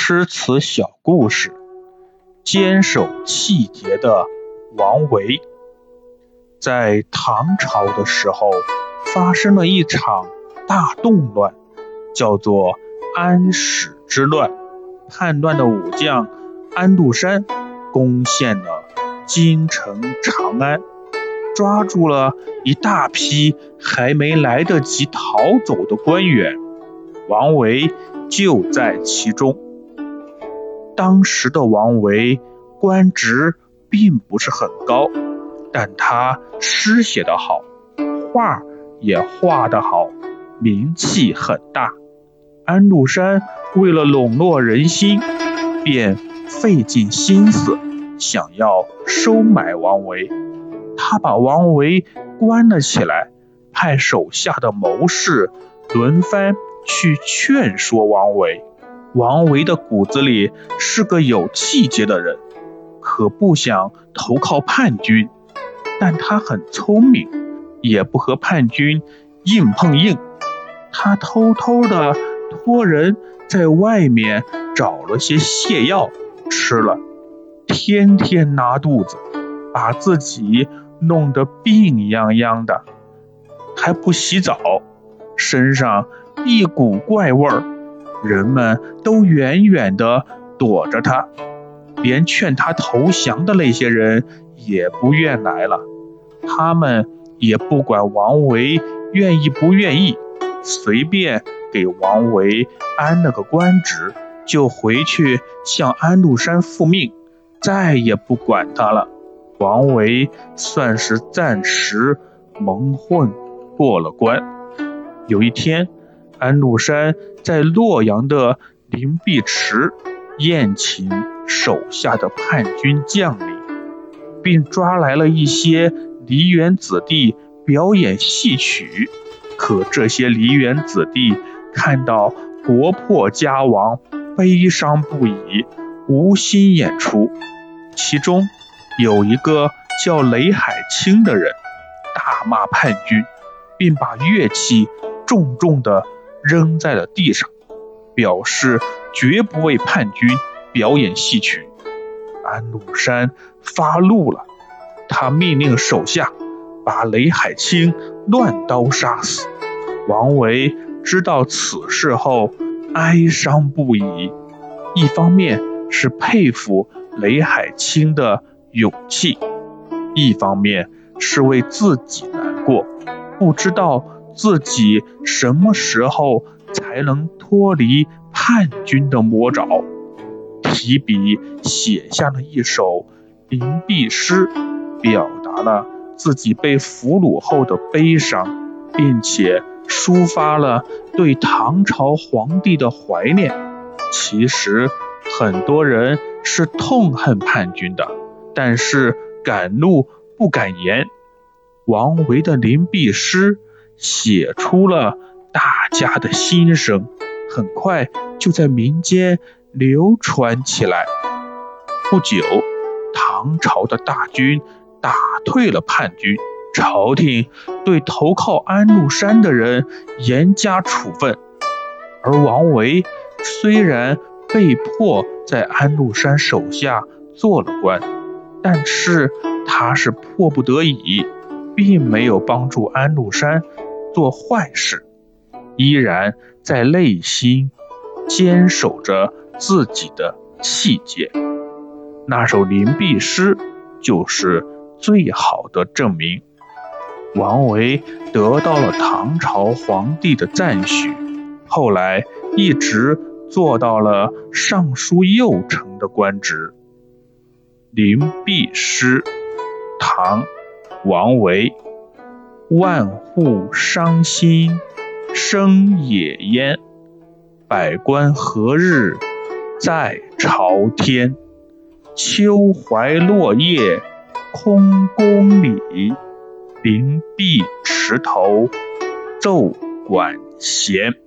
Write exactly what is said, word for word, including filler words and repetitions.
诗词小故事，坚守气节的王维。在唐朝的时候，发生了一场大动乱，叫做安史之乱。叛乱的武将安禄山攻陷了京城长安，抓住了一大批还没来得及逃走的官员，王维就在其中。当时的王维官职并不是很高，但他诗写得好，画也画得好，名气很大。安禄山为了笼络人心，便费尽心思想要收买王维。他把王维关了起来，派手下的谋士轮番去劝说王维。王维的骨子里是个有气节的人，可不想投靠叛军，但他很聪明，也不和叛军硬碰硬。他偷偷的托人在外面找了些泻药吃了，天天拉肚子，把自己弄得病殃殃的，还不洗澡，身上一股怪味儿，人们都远远地躲着他，连劝他投降的那些人也不愿来了。他们也不管王维愿意不愿意，随便给王维安了个官职，就回去向安禄山复命，再也不管他了。王维算是暂时蒙混过了关。有一天，安禄山在洛阳的灵璧池宴请手下的叛军将领，并抓来了一些梨园子弟表演戏曲。可这些梨园子弟看到国破家亡，悲伤不已，无心演出。其中有一个叫雷海清的人大骂叛军，并把乐器重重地扔在了地上，表示绝不为叛军表演戏曲。安禄山发怒了，他命令手下把雷海清乱刀杀死。王维知道此事后哀伤不已，一方面是佩服雷海清的勇气，一方面是为自己难过，不知道自己什么时候才能脱离叛军的魔爪。提笔写下了一首灵璧诗，表达了自己被俘虏后的悲伤，并且抒发了对唐朝皇帝的怀念。其实很多人是痛恨叛军的，但是敢怒不敢言。王维的灵璧诗写出了大家的心声，很快就在民间流传起来。不久，唐朝的大军打退了叛军，朝廷对投靠安禄山的人严加处分。而王维虽然被迫在安禄山手下做了官，但是他是迫不得已，并没有帮助安禄山做坏事，依然在内心坚守着自己的气节。那首灵璧诗就是最好的证明。王维得到了唐朝皇帝的赞许，后来一直做到了尚书右丞的官职。灵璧诗，唐，王维。万户伤心生野烟，百官何日在朝天？秋怀落叶空宫里，灵璧池头奏管弦。